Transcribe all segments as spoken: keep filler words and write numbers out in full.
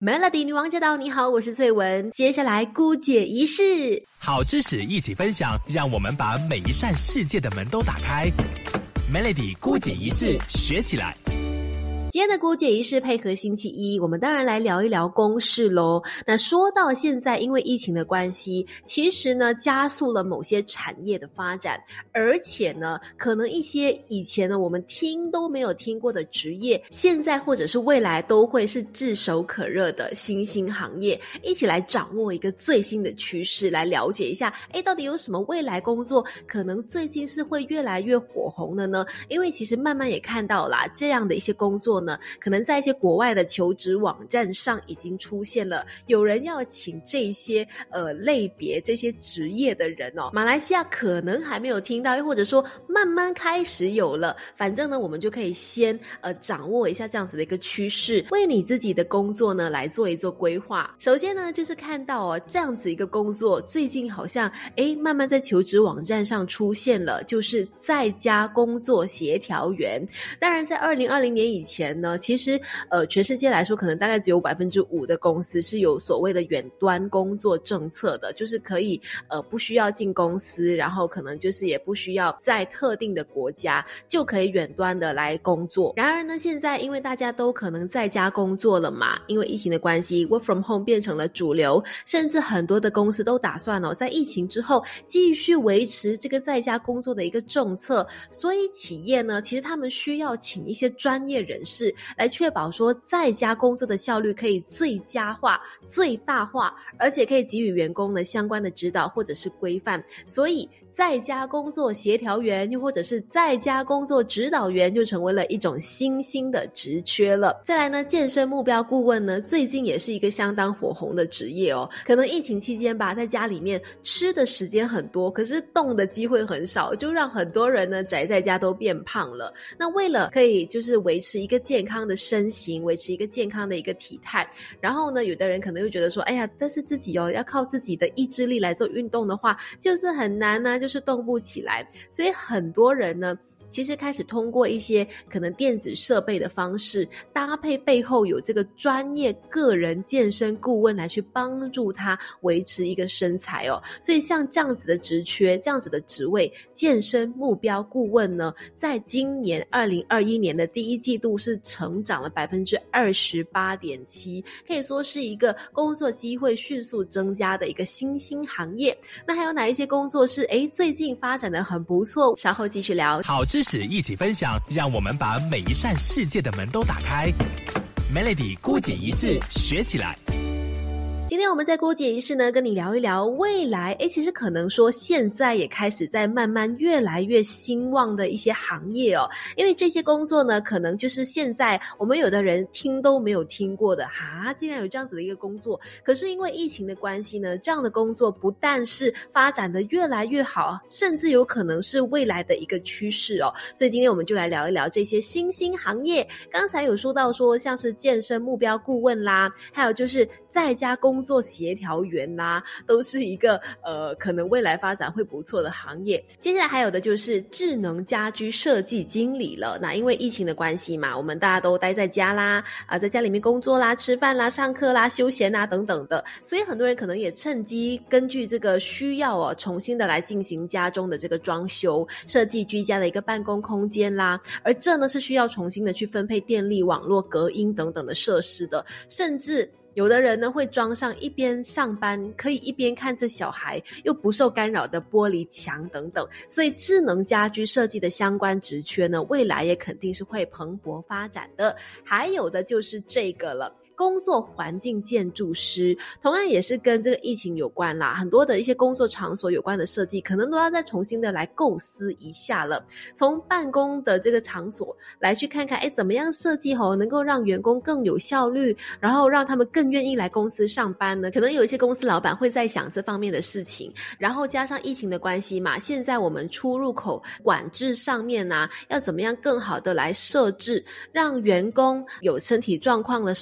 Melody 女王驾到！你好，我是翠文。接下来姑姐仪式， 好知识一起分享，让我们把每一扇世界的门都打开。Melody 姑姐仪式学起来。 今天的姑姐仪式配合星期一，我们当然来聊一聊公事咯。那说到现在，因为疫情的关系，其实呢加速了某些产业的发展，而且呢可能一些以前呢我们听都没有听过的职业，现在或者是未来都会是炙手可热的新兴行业。一起来掌握一个最新的趋势，来了解一下诶到底有什么未来工作可能最近是会越来越火红的呢？因为其实慢慢也看到啦，这样的一些工作呢可能在一些国外的求职网站上已经出现了，有人要请这些呃类别这些职业的人哦。马来西亚可能还没有听到，又或者说慢慢开始有了，反正呢我们就可以先呃掌握一下这样子的一个趋势，为你自己的工作呢来做一做规划。首先呢就是看到哦这样子一个工作最近好像诶慢慢在求职网站上出现了，就是在家工作协调员。当然在二零二零年以前呢，其实呃全世界来说可能大概只有 百分之五 的公司是有所谓的远端工作政策的，就是可以呃不需要进公司，然后可能就是也不需要在特定的国家就可以远端的来工作。然而呢现在因为大家都可能在家工作了嘛，因为疫情的关系 work from home 变成了主流，甚至很多的公司都打算哦在疫情之后继续维持这个在家工作的一个政策，所以企业呢其实他们需要请一些专业人士来确保说在家工作的效率可以最佳化最大化，而且可以给予员工呢相关的指导或者是规范。所以在家工作协调员又或者是在家工作指导员就成为了一种新兴的职缺了。再来呢健身目标顾问呢最近也是一个相当火红的职业哦。可能疫情期间吧，在家里面吃的时间很多，可是动的机会很少，就让很多人呢宅在家都变胖了。那为了可以就是维持一个健康的身形，维持一个健康的一个体态，然后呢有的人可能又觉得说哎呀但是自己哦要靠自己的意志力来做运动的话就是很难啊，就是动不起来。所以很多人呢其实开始通过一些可能电子设备的方式，搭配背后有这个专业个人健身顾问来去帮助他维持一个身材哦。所以像这样子的职缺，这样子的职位，健身目标顾问呢，在今年二零二一年的第一季度是成长了 百分之二十八点七， 可以说是一个工作机会迅速增加的一个新兴行业。那还有哪一些工作是诶最近发展得很不错，稍后继续聊。 好知识一起分享，让我们把每一扇世界的门都打开。Melody 姑姐仪式学起来。 今天我们在姑姐仪式呢跟你聊一聊未来诶其实可能说现在也开始在慢慢越来越兴旺的一些行业哦。因为这些工作呢可能就是现在我们有的人听都没有听过的哈，竟然有这样子的一个工作。可是因为疫情的关系呢，这样的工作不但是发展的越来越好，甚至有可能是未来的一个趋势哦。所以今天我们就来聊一聊这些新兴行业。刚才有说到说像是健身目标顾问啦，还有就是在家工作协调员啦，都是一个呃可能未来发展会不错的行业。接下来还有的就是智能家居设计经理了。那因为疫情的关系嘛，我们大家都待在家啦，啊，在家里面工作啦、吃饭啦、上课啦、休闲啦等等的，所以很多人可能也趁机根据这个需要哦，重新的来进行家中的这个装修，设计居家的一个办公空间啦。而这呢是需要重新的去分配电力、网络、隔音等等的设施的，甚至有的人呢会装上一边上班可以一边看着小孩又不受干扰的玻璃墙等等。所以智能家居设计的相关职缺呢，未来也肯定是会蓬勃发展的。还有的就是这个了，工作环境建筑师，同样也是跟这个疫情有关啦，很多的一些工作场所有关的设计可能都要再重新的来构思一下了。从办公的这个场所来去看看诶怎么样设计吼能够让员工更有效率，然后让他们更愿意来公司上班呢？可能有一些公司老板会在想这方面的事情，然后加上疫情的关系嘛，现在我们出入口管制上面啊，要怎么样更好的来设置，让员工有身体状况的时候也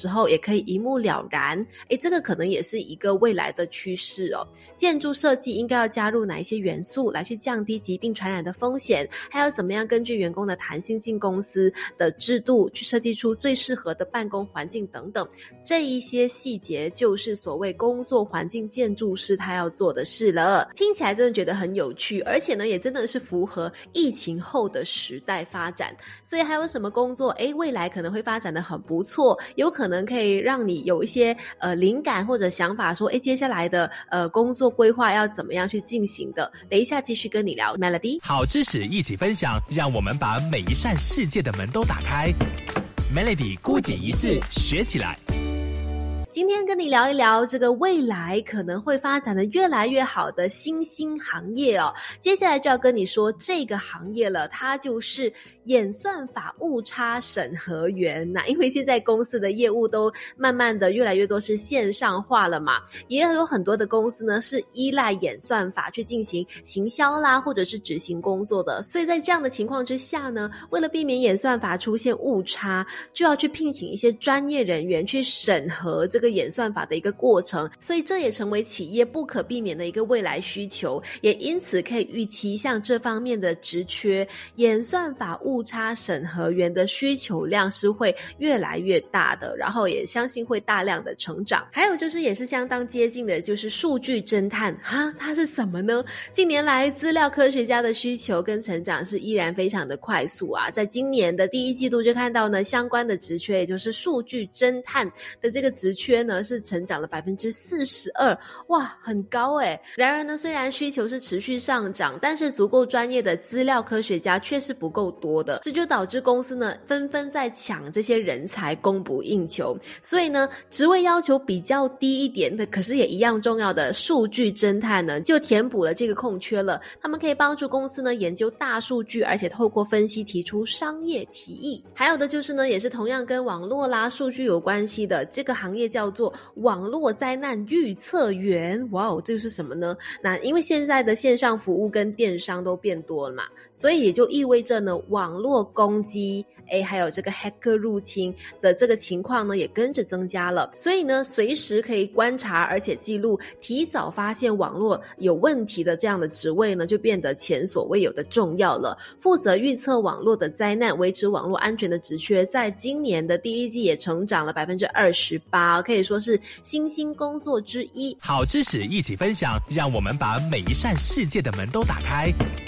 可以一目了然。诶，这个可能也是一个未来的趋势哦。建筑设计应该要加入哪一些元素来去降低疾病传染的风险，还有怎么样根据员工的弹性进公司的制度去设计出最适合的办公环境等等，这一些细节就是所谓工作环境建筑师他要做的事了。听起来真的觉得很有趣，而且呢也真的是符合疫情后的时代发展。所以还有什么工作诶未来可能会发展的很不错，有可能可以让你有一些呃灵感或者想法说诶接下来的呃工作规划要怎么样去进行的。等一下继续跟你聊 Melody 好知识一起分享，让我们把每一扇世界的门都打开。 Melody 孤姐一式学起来。 今天跟你聊一聊这个未来可能会发展的越来越好的新兴行业哦。接下来就要跟你说这个行业了，它就是演算法误差审核员。那因为现在公司的业务都慢慢的越来越多是线上化了嘛，也有很多的公司呢是依赖演算法去进行行销啦或者是执行工作的。所以在这样的情况之下呢，为了避免演算法出现误差，就要去聘请一些专业人员去审核这个演算法的一个过程，所以这也成为企业不可避免的一个未来需求。也因此可以预期像这方面的职缺，演算法误差审核员的需求量是会越来越大的，然后也相信会大量的成长。还有就是也是相当接近的就是数据侦探哈，它是什么呢？近年来资料科学家的需求跟成长是依然非常的快速啊，在今年的第一季度就看到呢相关的职缺，也就是数据侦探的这个职缺呢是成长了 百分之四十二， 哇很高诶。然而呢虽然需求是持续上涨，但是足够专业的资料科学家却是不够多的，这就导致公司呢纷纷在抢这些人才，供不应求。所以呢职位要求比较低一点的，可是也一样重要的数据侦探呢就填补了这个空缺了。他们可以帮助公司呢研究大数据，而且透过分析提出商业提议。还有的就是呢也是同样跟网络啦数据有关系的，这个行业叫做网络灾难预测员。哇哦，这是什么呢？那因为现在的线上服务跟电商都变多了嘛，所以也就意味着呢网络攻击诶还有这个 hacker 入侵的这个情况呢也跟着增加了。所以呢随时可以观察而且记录，提早发现网络有问题的这样的职位呢就变得前所未有的重要了。负责预测网络的灾难，维持网络安全的职缺，在今年的第一季也成长了 百分之二十八， 可以说是新兴工作之一。 好知识一起分享，让我们把每一扇世界的门都打开。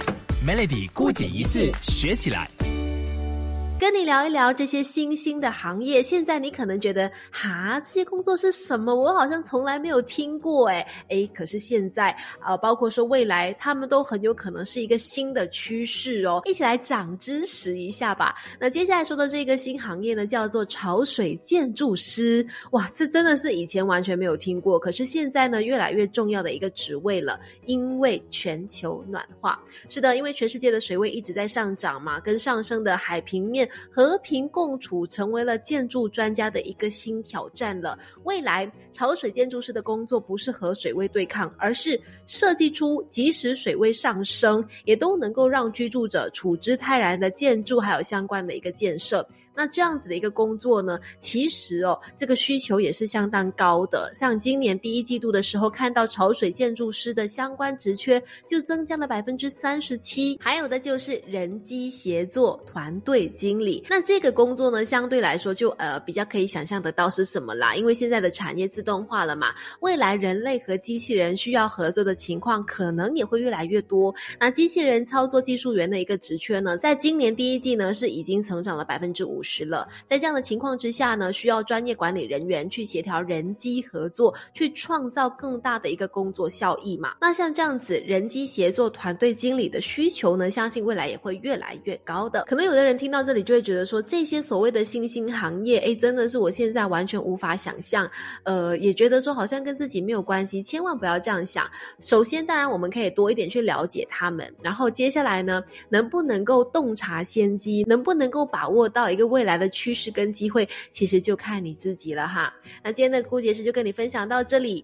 Melody 孤姐一式学起来。 跟你聊一聊这些新兴的行业。现在你可能觉得哈，这些工作是什么？我好像从来没有听过诶诶可是现在呃，包括说未来他们都很有可能是一个新的趋势哦，一起来长知识一下吧。那接下来说的这个新行业呢叫做潮水建筑师。哇，这真的是以前完全没有听过，可是现在呢越来越重要的一个职位了，因为全球暖化。是的，因为全世界的水位一直在上涨嘛，跟上升的海平面和平共处成为了建筑专家的一个新挑战了。未来潮水建筑师的工作不是和水位对抗，而是设计出即使水位上升也都能够让居住者处之泰然的建筑还有相关的一个建设。那这样子的一个工作呢，其实哦，这个需求也是相当高的。像今年第一季度的时候，看到潮水建筑师的相关职缺就增加了 百分之三十七。还有的就是人机协作团队经理。那这个工作呢，相对来说就呃比较可以想象得到是什么啦，因为现在的产业自动化了嘛，未来人类和机器人需要合作的情况可能也会越来越多。那机器人操作技术员的一个职缺呢，在今年第一季呢是已经成长了 百分之五十。了。在这样的情况之下呢，需要专业管理人员去协调人机合作，去创造更大的一个工作效益嘛。那像这样子人机协作团队经理的需求呢，相信未来也会越来越高的。可能有的人听到这里就会觉得说，这些所谓的新兴行业，诶，真的是我现在完全无法想象，呃，也觉得说好像跟自己没有关系。千万不要这样想。首先当然我们可以多一点去了解他们，然后接下来呢，能不能够洞察先机，能不能够把握到一个未来的趋势跟机会，其实就看你自己了哈。那今天的姑姐师就跟你分享到这里。